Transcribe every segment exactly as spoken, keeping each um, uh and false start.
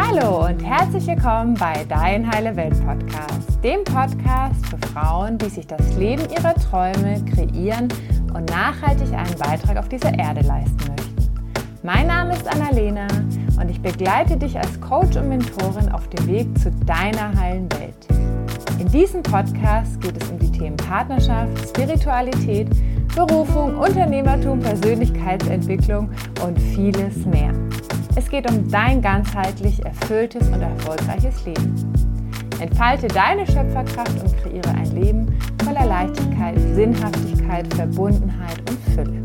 Hallo und herzlich willkommen bei Dein Heile Welt Podcast, dem Podcast für Frauen, die sich das Leben ihrer Träume kreieren und nachhaltig einen Beitrag auf dieser Erde leisten möchten. Mein Name ist Annalena und ich begleite dich als Coach und Mentorin auf dem Weg zu deiner heilen Welt. In diesem Podcast geht es um die Themen Partnerschaft, Spiritualität, Berufung, Unternehmertum, Persönlichkeitsentwicklung und vieles mehr. Es geht um dein ganzheitlich erfülltes und erfolgreiches Leben. Entfalte deine Schöpferkraft und kreiere ein Leben voller Leichtigkeit, Sinnhaftigkeit, Verbundenheit und Fülle.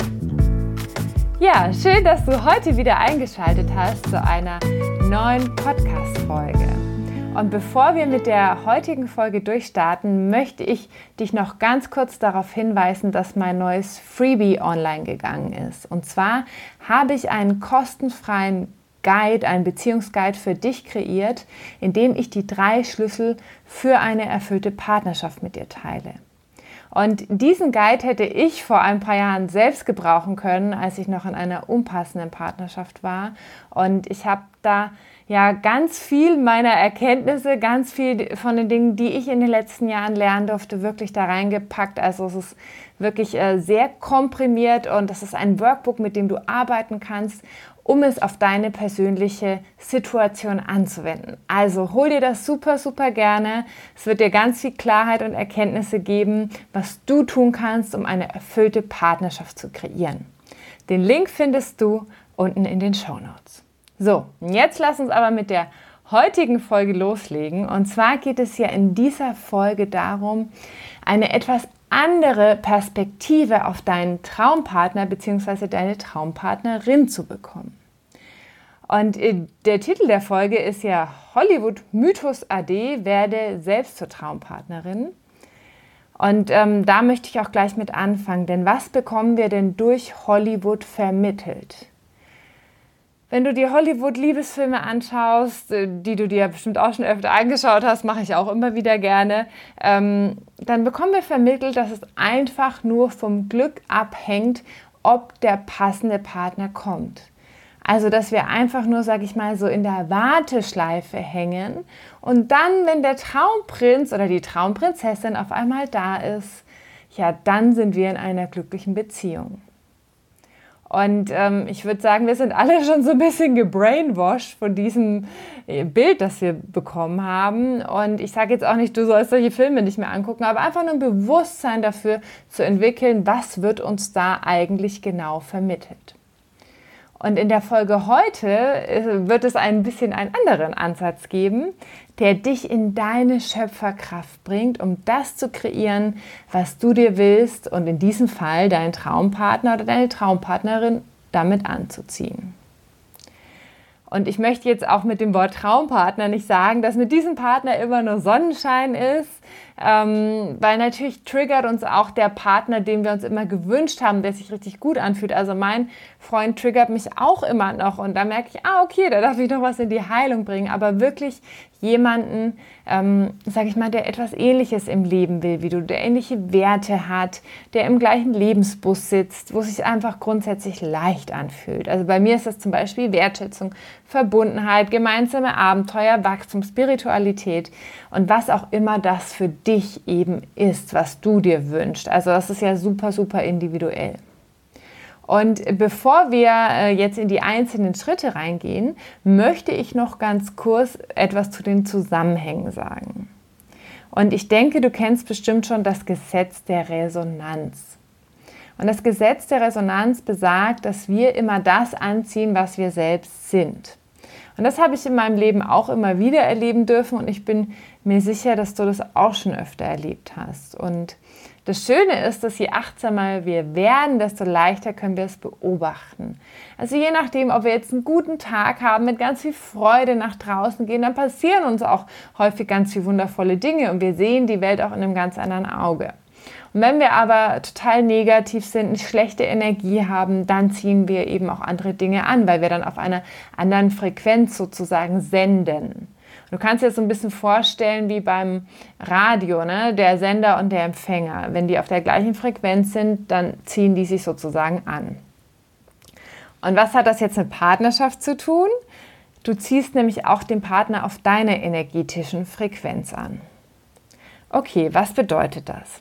Ja, schön, dass du heute wieder eingeschaltet hast zu einer neuen Podcast-Folge. Und bevor wir mit der heutigen Folge durchstarten, möchte ich dich noch ganz kurz darauf hinweisen, dass mein neues Freebie online gegangen ist. Und zwar habe ich einen kostenfreien Guide, einen Beziehungsguide für dich kreiert, in dem ich die drei Schlüssel für eine erfüllte Partnerschaft mit dir teile. Und diesen Guide hätte ich vor ein paar Jahren selbst gebrauchen können, als ich noch in einer unpassenden Partnerschaft war. Und ich habe da ja ganz viel meiner Erkenntnisse, ganz viel von den Dingen, die ich in den letzten Jahren lernen durfte, wirklich da reingepackt. Also es ist wirklich äh, sehr komprimiert und das ist ein Workbook, mit dem du arbeiten kannst, um es auf deine persönliche Situation anzuwenden. Also hol dir das super, super gerne. Es wird dir ganz viel Klarheit und Erkenntnisse geben, was du tun kannst, um eine erfüllte Partnerschaft zu kreieren. Den Link findest du unten in den Shownotes. So, jetzt lass uns aber mit der heutigen Folge loslegen. Und zwar geht es ja in dieser Folge darum, eine etwas andere Perspektive auf deinen Traumpartner bzw. deine Traumpartnerin zu bekommen. Und der Titel der Folge ist ja Hollywood Mythos A D, werde selbst zur Traumpartnerin. Und ähm, da möchte ich auch gleich mit anfangen, denn was bekommen wir denn durch Hollywood vermittelt? Wenn du dir Hollywood-Liebesfilme anschaust, die du dir bestimmt auch schon öfter angeschaut hast, mache ich auch immer wieder gerne, ähm, dann bekommen wir vermittelt, dass es einfach nur vom Glück abhängt, ob der passende Partner kommt. Also, dass wir einfach nur, sag ich mal, so in der Warteschleife hängen und dann, wenn der Traumprinz oder die Traumprinzessin auf einmal da ist, ja, dann sind wir in einer glücklichen Beziehung. Und ähm, ich würde sagen, wir sind alle schon so ein bisschen gebrainwashed von diesem Bild, das wir bekommen haben. Und ich sage jetzt auch nicht, du sollst solche Filme nicht mehr angucken, aber einfach nur ein Bewusstsein dafür zu entwickeln, was wird uns da eigentlich genau vermittelt. Und in der Folge heute wird es ein bisschen einen anderen Ansatz geben, der dich in deine Schöpferkraft bringt, um das zu kreieren, was du dir willst und in diesem Fall deinen Traumpartner oder deine Traumpartnerin damit anzuziehen. Und ich möchte jetzt auch mit dem Wort Traumpartner nicht sagen, dass mit diesem Partner immer nur Sonnenschein ist, ähm, weil natürlich triggert uns auch der Partner, den wir uns immer gewünscht haben, der sich richtig gut anfühlt. Also mein Freund triggert mich auch immer noch und da merke ich, ah okay, da darf ich noch was in die Heilung bringen, aber wirklich jemanden, ähm, sage ich mal, der etwas Ähnliches im Leben will wie du, der ähnliche Werte hat, der im gleichen Lebensbus sitzt, wo es sich einfach grundsätzlich leicht anfühlt. Also bei mir ist das zum Beispiel Wertschätzung, Verbundenheit, gemeinsame Abenteuer, Wachstum, Spiritualität und was auch immer das für dich eben ist, was du dir wünschst. Also das ist ja super, super individuell. Und bevor wir jetzt in die einzelnen Schritte reingehen, möchte ich noch ganz kurz etwas zu den Zusammenhängen sagen. Und ich denke, du kennst bestimmt schon das Gesetz der Resonanz. Und das Gesetz der Resonanz besagt, dass wir immer das anziehen, was wir selbst sind. Und das habe ich in meinem Leben auch immer wieder erleben dürfen und ich bin mir sicher, dass du das auch schon öfter erlebt hast. Und das Schöne ist, dass je achtsamer wir werden, desto leichter können wir es beobachten. Also je nachdem, ob wir jetzt einen guten Tag haben, mit ganz viel Freude nach draußen gehen, dann passieren uns auch häufig ganz viele wundervolle Dinge und wir sehen die Welt auch in einem ganz anderen Auge. Und wenn wir aber total negativ sind, eine schlechte Energie haben, dann ziehen wir eben auch andere Dinge an, weil wir dann auf einer anderen Frequenz sozusagen senden. Du kannst dir das so ein bisschen vorstellen wie beim Radio, ne? Der Sender und der Empfänger. Wenn die auf der gleichen Frequenz sind, dann ziehen die sich sozusagen an. Und was hat das jetzt mit Partnerschaft zu tun? Du ziehst nämlich auch den Partner auf deiner energetischen Frequenz an. Okay, was bedeutet das?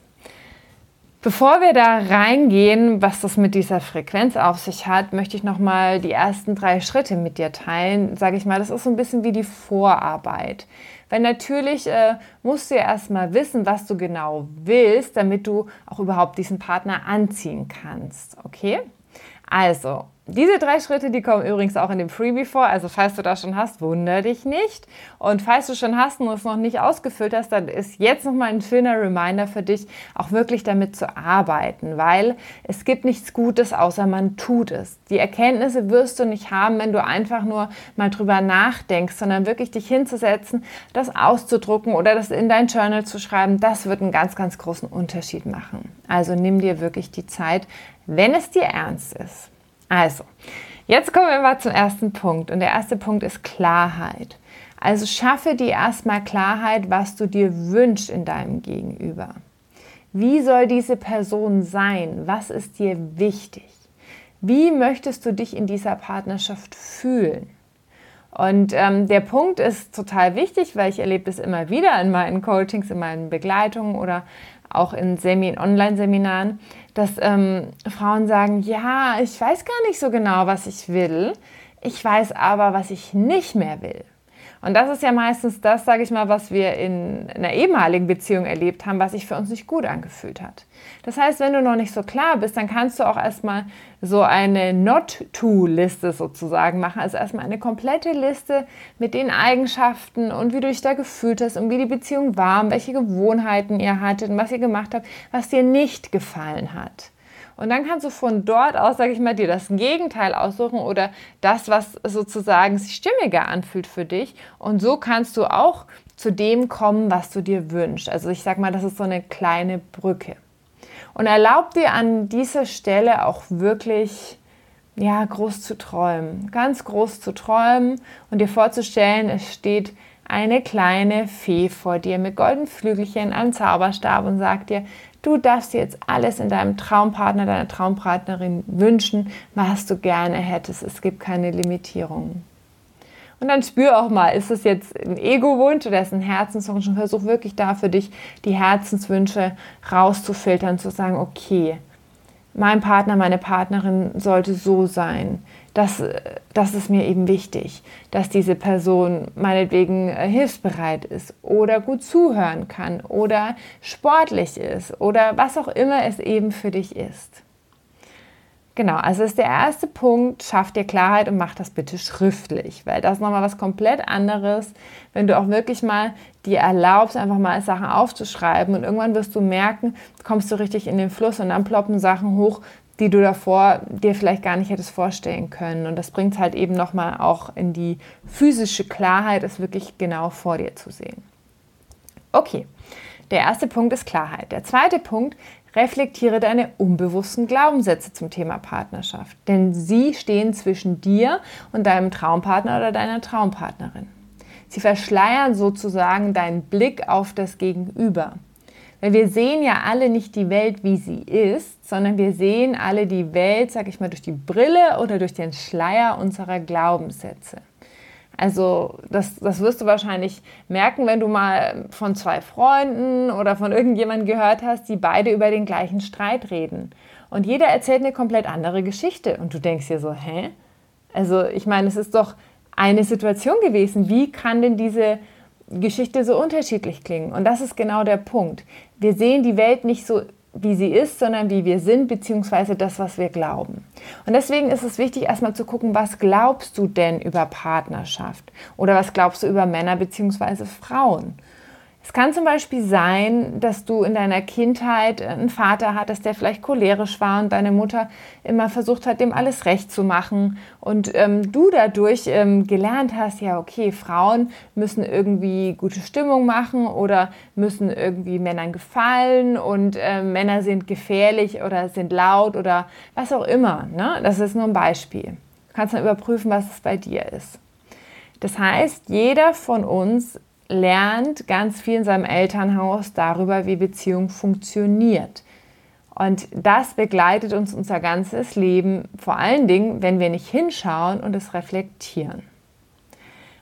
Bevor wir da reingehen, was das mit dieser Frequenz auf sich hat, möchte ich nochmal die ersten drei Schritte mit dir teilen. Sage ich mal, das ist so ein bisschen wie die Vorarbeit. Weil natürlich äh, musst du ja erstmal wissen, was du genau willst, damit du auch überhaupt diesen Partner anziehen kannst. Okay? Also, diese drei Schritte, die kommen übrigens auch in dem Freebie vor. Also falls du das schon hast, wundere dich nicht. Und falls du schon hast und es noch nicht ausgefüllt hast, dann ist jetzt nochmal ein schöner Reminder für dich, auch wirklich damit zu arbeiten. Weil es gibt nichts Gutes, außer man tut es. Die Erkenntnisse wirst du nicht haben, wenn du einfach nur mal drüber nachdenkst, sondern wirklich dich hinzusetzen, das auszudrucken oder das in dein Journal zu schreiben. Das wird einen ganz, ganz großen Unterschied machen. Also nimm dir wirklich die Zeit, wenn es dir ernst ist. Also, jetzt kommen wir mal zum ersten Punkt und der erste Punkt ist Klarheit. Also schaffe dir erstmal Klarheit, was du dir wünschst in deinem Gegenüber. Wie soll diese Person sein? Was ist dir wichtig? Wie möchtest du dich in dieser Partnerschaft fühlen? Und ähm, der Punkt ist total wichtig, weil ich erlebe das immer wieder in meinen Coachings, in meinen Begleitungen oder auch in Semi- Online-Seminaren, dass ähm, Frauen sagen, ja, ich weiß gar nicht so genau, was ich will, ich weiß aber, was ich nicht mehr will. Und das ist ja meistens das, sage ich mal, was wir in einer ehemaligen Beziehung erlebt haben, was sich für uns nicht gut angefühlt hat. Das heißt, wenn du noch nicht so klar bist, dann kannst du auch erstmal so eine Not-to-Liste sozusagen machen. Also erstmal eine komplette Liste mit den Eigenschaften und wie du dich da gefühlt hast und wie die Beziehung war, welche Gewohnheiten ihr hattet und was ihr gemacht habt, was dir nicht gefallen hat. Und dann kannst du von dort aus, sage ich mal, dir das Gegenteil aussuchen oder das, was sozusagen sich stimmiger anfühlt für dich. Und so kannst du auch zu dem kommen, was du dir wünschst. Also ich sage mal, das ist so eine kleine Brücke. Und erlaub dir an dieser Stelle auch wirklich, ja, groß zu träumen. Ganz groß zu träumen und dir vorzustellen, es steht eine kleine Fee vor dir mit goldenen Flügelchen, einem Zauberstab und sagt dir, du darfst dir jetzt alles in deinem Traumpartner, deiner Traumpartnerin wünschen, was du gerne hättest. Es gibt keine Limitierungen. Und dann spür auch mal, ist es jetzt ein Ego-Wunsch oder ist es ein Herzenswunsch? Und versuch wirklich da für dich die Herzenswünsche rauszufiltern, zu sagen, okay, mein Partner, meine Partnerin sollte so sein. Das, das ist mir eben wichtig, dass diese Person meinetwegen hilfsbereit ist oder gut zuhören kann oder sportlich ist oder was auch immer es eben für dich ist. Genau, also ist der erste Punkt, schaff dir Klarheit und mach das bitte schriftlich, weil das ist nochmal was komplett anderes, wenn du auch wirklich mal dir erlaubst, einfach mal Sachen aufzuschreiben und irgendwann wirst du merken, kommst du richtig in den Fluss und dann ploppen Sachen hoch, die du davor dir vielleicht gar nicht hättest vorstellen können. Und das bringt es halt eben nochmal auch in die physische Klarheit, es wirklich genau vor dir zu sehen. Okay, der erste Punkt ist Klarheit. Der zweite Punkt, reflektiere deine unbewussten Glaubenssätze zum Thema Partnerschaft. Denn sie stehen zwischen dir und deinem Traumpartner oder deiner Traumpartnerin. Sie verschleiern sozusagen deinen Blick auf das Gegenüber. Weil wir sehen ja alle nicht die Welt, wie sie ist, sondern wir sehen alle die Welt, sag ich mal, durch die Brille oder durch den Schleier unserer Glaubenssätze. Also das, das wirst du wahrscheinlich merken, wenn du mal von zwei Freunden oder von irgendjemandem gehört hast, die beide über den gleichen Streit reden. Und jeder erzählt eine komplett andere Geschichte. Und du denkst dir so, hä? Also ich meine, es ist doch eine Situation gewesen. Wie kann denn diese Geschichte so unterschiedlich klingen? Und das ist genau der Punkt. Wir sehen die Welt nicht so, wie sie ist, sondern wie wir sind, beziehungsweise das, was wir glauben. Und deswegen ist es wichtig, erstmal zu gucken, was glaubst du denn über Partnerschaft? Oder was glaubst du über Männer beziehungsweise Frauen? Es kann zum Beispiel sein, dass du in deiner Kindheit einen Vater hattest, der vielleicht cholerisch war und deine Mutter immer versucht hat, dem alles recht zu machen und ähm, du dadurch ähm, gelernt hast, ja okay, Frauen müssen irgendwie gute Stimmung machen oder müssen irgendwie Männern gefallen und äh, Männer sind gefährlich oder sind laut oder was auch immer, ne? Das ist nur ein Beispiel. Du kannst dann überprüfen, was es bei dir ist. Das heißt, jeder von uns lernt ganz viel in seinem Elternhaus darüber, wie Beziehung funktioniert. Und das begleitet uns unser ganzes Leben, vor allen Dingen, wenn wir nicht hinschauen und es reflektieren.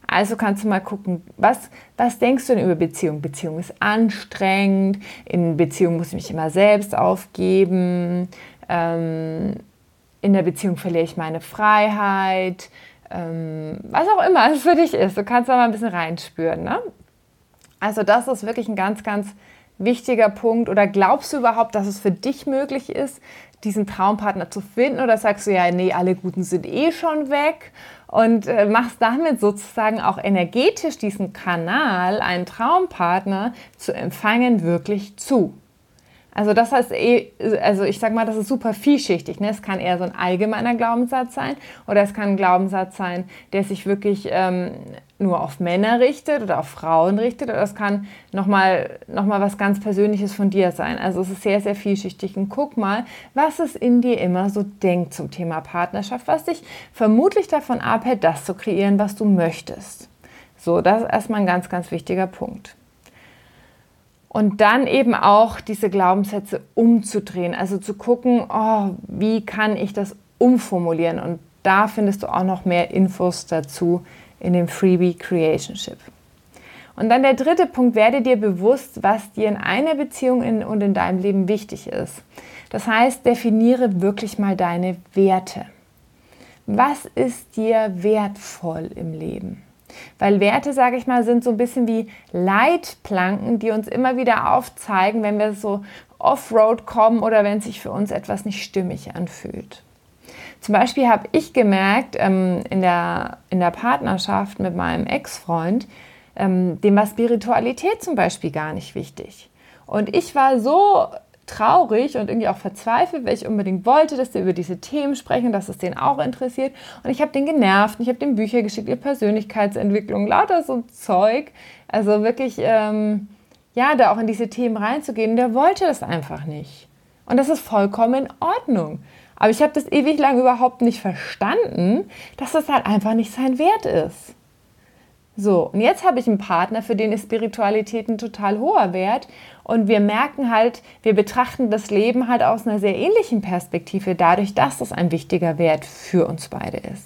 Also kannst du mal gucken, was, was denkst du denn über Beziehung? Beziehung ist anstrengend, in Beziehung muss ich mich immer selbst aufgeben, ähm, in der Beziehung verliere ich meine Freiheit, ähm, was auch immer es für dich ist. Du kannst da mal ein bisschen reinspüren, ne? Also das ist wirklich ein ganz, ganz wichtiger Punkt. Oder glaubst du überhaupt, dass es für dich möglich ist, diesen Traumpartner zu finden? Oder sagst du, ja, nee, alle Guten sind eh schon weg und äh, machst damit sozusagen auch energetisch diesen Kanal, einen Traumpartner zu empfangen, wirklich zu? Also das heißt, also ich sag mal, das ist super vielschichtig. Ne? Es kann eher so ein allgemeiner Glaubenssatz sein oder es kann ein Glaubenssatz sein, der sich wirklich ähm, nur auf Männer richtet oder auf Frauen richtet, oder es kann nochmal noch mal was ganz Persönliches von dir sein. Also es ist sehr, sehr vielschichtig. Und guck mal, was es in dir immer so denkt zum Thema Partnerschaft, was dich vermutlich davon abhält, das zu kreieren, was du möchtest. So, das ist erstmal ein ganz, ganz wichtiger Punkt. Und dann eben auch diese Glaubenssätze umzudrehen, also zu gucken, oh, wie kann ich das umformulieren? Und da findest du auch noch mehr Infos dazu in dem Freebie Creationship. Und dann der dritte Punkt, werde dir bewusst, was dir in einer Beziehung in, und in deinem Leben wichtig ist. Das heißt, definiere wirklich mal deine Werte. Was ist dir wertvoll im Leben? Weil Werte, sage ich mal, sind so ein bisschen wie Leitplanken, die uns immer wieder aufzeigen, wenn wir so Offroad kommen oder wenn sich für uns etwas nicht stimmig anfühlt. Zum Beispiel habe ich gemerkt, ähm, in der, in der Partnerschaft mit meinem Ex-Freund, ähm, dem war Spiritualität zum Beispiel gar nicht wichtig. Und ich war so traurig und irgendwie auch verzweifelt, weil ich unbedingt wollte, dass wir über diese Themen sprechen, dass es den auch interessiert. Und ich habe den genervt und ich habe den Bücher geschickt, ihr Persönlichkeitsentwicklung, lauter so Zeug. Also wirklich, ähm, ja, da auch in diese Themen reinzugehen. Der wollte das einfach nicht. Und das ist vollkommen in Ordnung. Aber ich habe das ewig lang überhaupt nicht verstanden, dass das halt einfach nicht sein Wert ist. So, und jetzt habe ich einen Partner, für den ist Spiritualität ein total hoher Wert und wir merken halt, wir betrachten das Leben halt aus einer sehr ähnlichen Perspektive, dadurch, dass das ein wichtiger Wert für uns beide ist.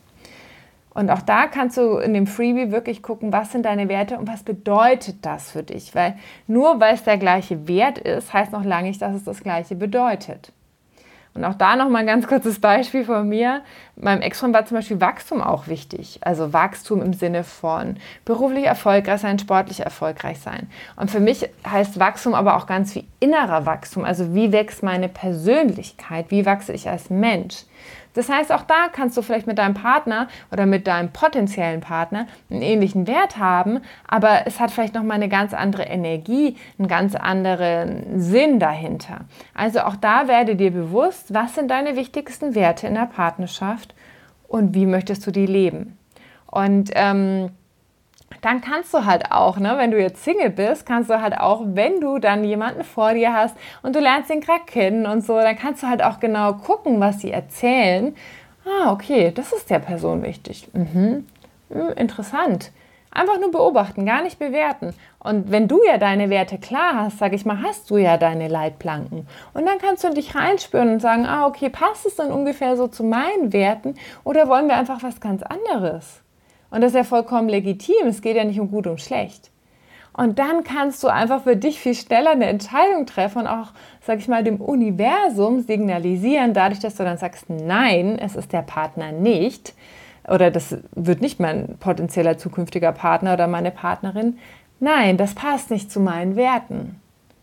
Und auch da kannst du in dem Freebie wirklich gucken, was sind deine Werte und was bedeutet das für dich, weil nur weil es der gleiche Wert ist, heißt noch lange nicht, dass es das Gleiche bedeutet. Und auch da nochmal ein ganz kurzes Beispiel von mir. Meinem Ex-Freund war zum Beispiel Wachstum auch wichtig. Also Wachstum im Sinne von beruflich erfolgreich sein, sportlich erfolgreich sein. Und für mich heißt Wachstum aber auch ganz wie innerer Wachstum. Also wie wächst meine Persönlichkeit? Wie wachse ich als Mensch? Das heißt, auch da kannst du vielleicht mit deinem Partner oder mit deinem potenziellen Partner einen ähnlichen Wert haben, aber es hat vielleicht nochmal eine ganz andere Energie, einen ganz anderen Sinn dahinter. Also auch da werde dir bewusst, was sind deine wichtigsten Werte in der Partnerschaft und wie möchtest du die leben. Und ähm, dann kannst du halt auch, ne, wenn du jetzt Single bist, kannst du halt auch, wenn du dann jemanden vor dir hast und du lernst ihn gerade kennen und so, dann kannst du halt auch genau gucken, was sie erzählen. Ah, okay, das ist der Person wichtig. Mhm. Hm, interessant. Einfach nur beobachten, gar nicht bewerten. Und wenn du ja deine Werte klar hast, sage ich mal, hast du ja deine Leitplanken. Und dann kannst du dich reinspüren und sagen, ah, okay, passt es dann ungefähr so zu meinen Werten oder wollen wir einfach was ganz anderes? Und das ist ja vollkommen legitim. Es geht ja nicht um gut und schlecht. Und dann kannst du einfach für dich viel schneller eine Entscheidung treffen und auch, sag ich mal, dem Universum signalisieren, dadurch, dass du dann sagst, nein, es ist der Partner nicht oder das wird nicht mein potenzieller zukünftiger Partner oder meine Partnerin. Nein, das passt nicht zu meinen Werten.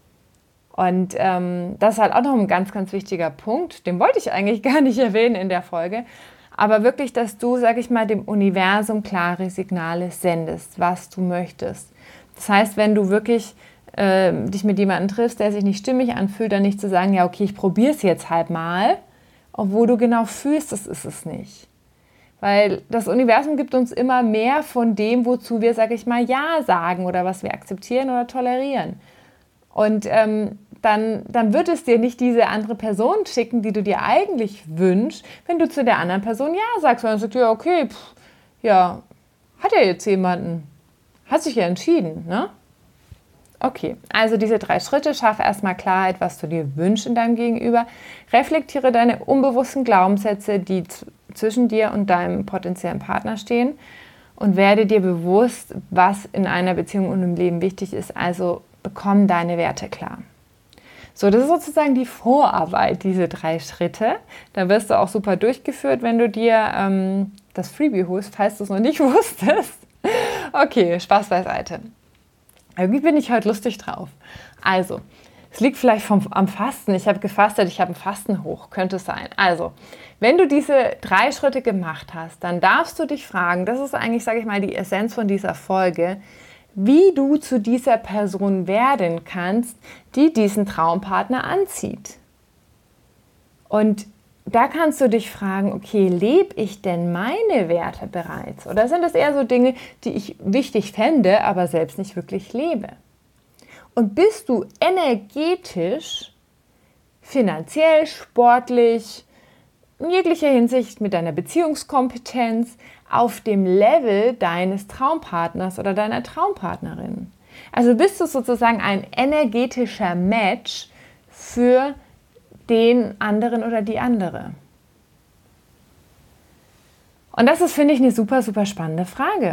Und ähm, das ist halt auch noch ein ganz, ganz wichtiger Punkt. Den wollte ich eigentlich gar nicht erwähnen in der Folge. Aber wirklich, dass du, sag ich mal, dem Universum klare Signale sendest, was du möchtest. Das heißt, wenn du wirklich äh, dich mit jemandem triffst, der sich nicht stimmig anfühlt, dann nicht zu sagen, ja, okay, ich probiere es jetzt halt mal, obwohl du genau fühlst, das ist es nicht. Weil das Universum gibt uns immer mehr von dem, wozu wir, sag ich mal, Ja sagen oder was wir akzeptieren oder tolerieren. Und ähm, Dann, dann wird es dir nicht diese andere Person schicken, die du dir eigentlich wünschst, wenn du zu der anderen Person Ja sagst. Und dann sagst du, ja, okay, pff, ja, hat er jetzt jemanden, hat sich ja entschieden, ne? Okay, also diese drei Schritte, schaffe erstmal Klarheit, was du dir wünschst in deinem Gegenüber, reflektiere deine unbewussten Glaubenssätze, die z- zwischen dir und deinem potenziellen Partner stehen und werde dir bewusst, was in einer Beziehung und im Leben wichtig ist. Also bekomm deine Werte klar. So, das ist sozusagen die Vorarbeit, diese drei Schritte. Da wirst du auch super durchgeführt, wenn du dir ähm, das Freebie holst, falls du es noch nicht wusstest. Okay, Spaß beiseite. Irgendwie bin ich heute lustig drauf. Also, es liegt vielleicht vom, am Fasten. Ich habe gefastet, ich habe ein Fastenhoch, könnte es sein. Also, wenn du diese drei Schritte gemacht hast, dann darfst du dich fragen, das ist eigentlich, sage ich mal, die Essenz von dieser Folge, wie du zu dieser Person werden kannst, die diesen Traumpartner anzieht. Und da kannst du dich fragen, okay, lebe ich denn meine Werte bereits? Oder sind es eher so Dinge, die ich wichtig fände, aber selbst nicht wirklich lebe? Und bist du energetisch, finanziell, sportlich, in jeglicher Hinsicht mit deiner Beziehungskompetenz auf dem Level deines Traumpartners oder deiner Traumpartnerin? Also bist du sozusagen ein energetischer Match für den anderen oder die andere? Und das ist, finde ich, eine super, super spannende Frage.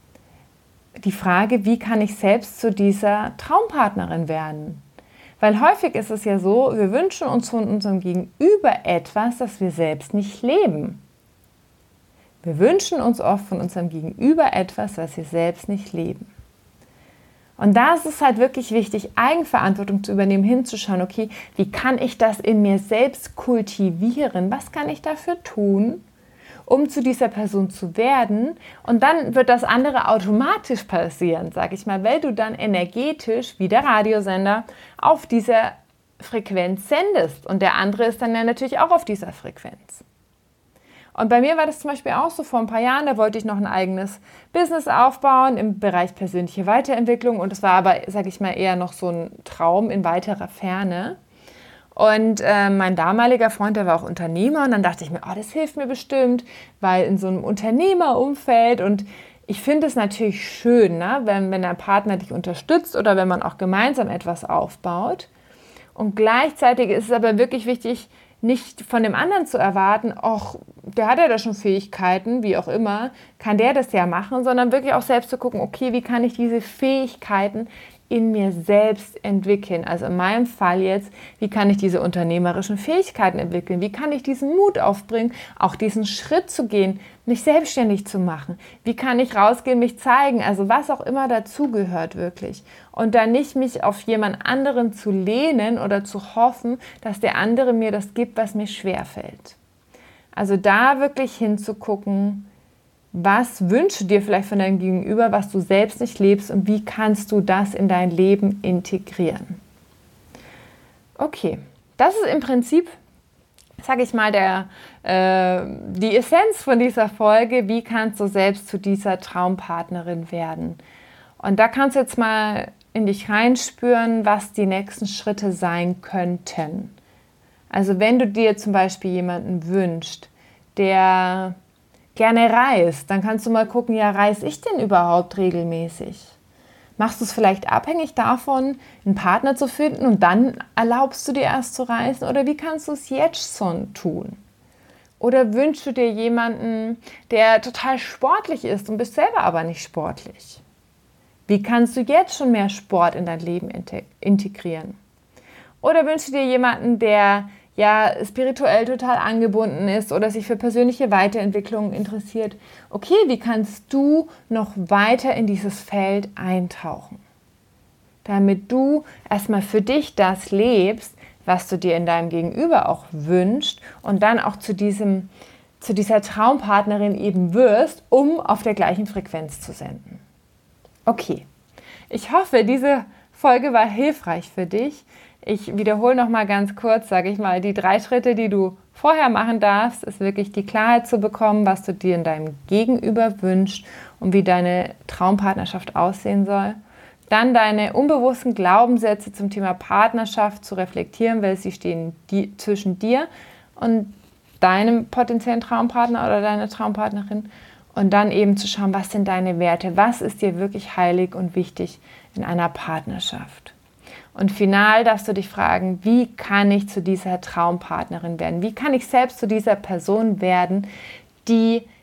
Die Frage, wie kann ich selbst zu dieser Traumpartnerin werden? Weil häufig ist es ja so, wir wünschen uns von unserem Gegenüber etwas, das wir selbst nicht leben. Wir wünschen uns oft von unserem Gegenüber etwas, was wir selbst nicht leben. Und da ist es halt wirklich wichtig, Eigenverantwortung zu übernehmen, hinzuschauen, okay, wie kann ich das in mir selbst kultivieren? Was kann ich dafür tun, um zu dieser Person zu werden? Und dann wird das andere automatisch passieren, sage ich mal, weil du dann energetisch wie der Radiosender auf dieser Frequenz sendest. Und der andere ist dann ja natürlich auch auf dieser Frequenz. Und bei mir war das zum Beispiel auch so vor ein paar Jahren, da wollte ich noch ein eigenes Business aufbauen im Bereich persönliche Weiterentwicklung. Und das war aber, sage ich mal, eher noch so ein Traum in weiterer Ferne. Und äh, mein damaliger Freund, der war auch Unternehmer, und dann dachte ich mir, oh, das hilft mir bestimmt, weil in so einem Unternehmerumfeld, und ich finde es natürlich schön, ne, wenn, wenn der Partner dich unterstützt oder wenn man auch gemeinsam etwas aufbaut. Und gleichzeitig ist es aber wirklich wichtig, nicht von dem anderen zu erwarten, ach, der hat ja da schon Fähigkeiten, wie auch immer, kann der das ja machen, sondern wirklich auch selbst zu gucken, okay, wie kann ich diese Fähigkeiten in mir selbst entwickeln. Also in meinem Fall jetzt, wie kann ich diese unternehmerischen Fähigkeiten entwickeln? Wie kann ich diesen Mut aufbringen, auch diesen Schritt zu gehen, mich selbstständig zu machen? Wie kann ich rausgehen, mich zeigen? Also was auch immer dazugehört wirklich. Und dann nicht mich auf jemand anderen zu lehnen oder zu hoffen, dass der andere mir das gibt, was mir schwerfällt. Also da wirklich hinzugucken, was wünschst du dir vielleicht von deinem Gegenüber, was du selbst nicht lebst, und wie kannst du das in dein Leben integrieren? Okay, das ist im Prinzip, sage ich mal, der, äh, die Essenz von dieser Folge. Wie kannst du selbst zu dieser Traumpartnerin werden? Und da kannst du jetzt mal in dich reinspüren, was die nächsten Schritte sein könnten. Also wenn du dir zum Beispiel jemanden wünschst, der gerne reist, dann kannst du mal gucken, ja, reise ich denn überhaupt regelmäßig? Machst du es vielleicht abhängig davon, einen Partner zu finden, und dann erlaubst du dir erst zu reisen? Oder wie kannst du es jetzt schon tun? Oder wünschst du dir jemanden, der total sportlich ist und bist selber aber nicht sportlich? Wie kannst du jetzt schon mehr Sport in dein Leben integrieren? Oder wünschst du dir jemanden, der ja spirituell total angebunden ist oder sich für persönliche Weiterentwicklung interessiert? Okay, wie kannst du noch weiter in dieses Feld eintauchen, damit du erstmal für dich das lebst, was du dir in deinem Gegenüber auch wünschst, und dann auch zu diesem, zu dieser Traumpartnerin eben wirst, um auf der gleichen Frequenz zu senden. Okay, ich hoffe, diese Folge war hilfreich für dich. Ich wiederhole noch mal ganz kurz, sage ich mal, die drei Schritte, die du vorher machen darfst, ist wirklich die Klarheit zu bekommen, was du dir in deinem Gegenüber wünschst und wie deine Traumpartnerschaft aussehen soll. Dann deine unbewussten Glaubenssätze zum Thema Partnerschaft zu reflektieren, weil sie stehen die, zwischen dir und deinem potenziellen Traumpartner oder deiner Traumpartnerin. Und dann eben zu schauen, was sind deine Werte, was ist dir wirklich heilig und wichtig in einer Partnerschaft. Und final darfst du dich fragen, wie kann ich zu dieser Traumpartnerin werden? Wie kann ich selbst zu dieser Person werden, die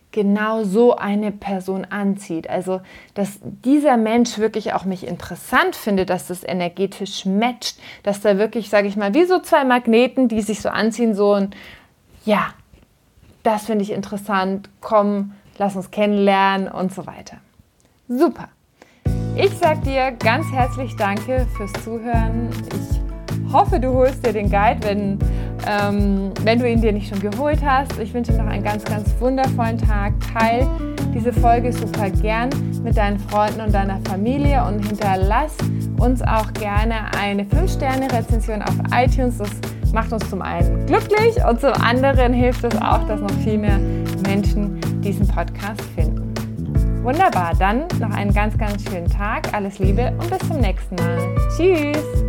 genau so eine Person anzieht. Also, dass dieser Mensch wirklich auch mich interessant findet, dass das energetisch matcht, dass da wirklich, sage ich mal, wie so zwei Magneten, die sich so anziehen, so ein, ja, das finde ich interessant, komm, lass uns kennenlernen und so weiter. Super. Ich sage dir ganz herzlich Danke fürs Zuhören. Ich hoffe, du holst dir den Guide, wenn, ähm, wenn du ihn dir nicht schon geholt hast. Ich wünsche dir noch einen ganz, ganz wundervollen Tag. Teil diese Folge super gern mit deinen Freunden und deiner Familie und hinterlass uns auch gerne eine fünf Sterne Rezension auf iTunes. Das macht uns zum einen glücklich und zum anderen hilft es auch, dass noch viel mehr Menschen diesen Podcast finden. Wunderbar, dann noch einen ganz, ganz schönen Tag. Alles Liebe und bis zum nächsten Mal. Tschüss!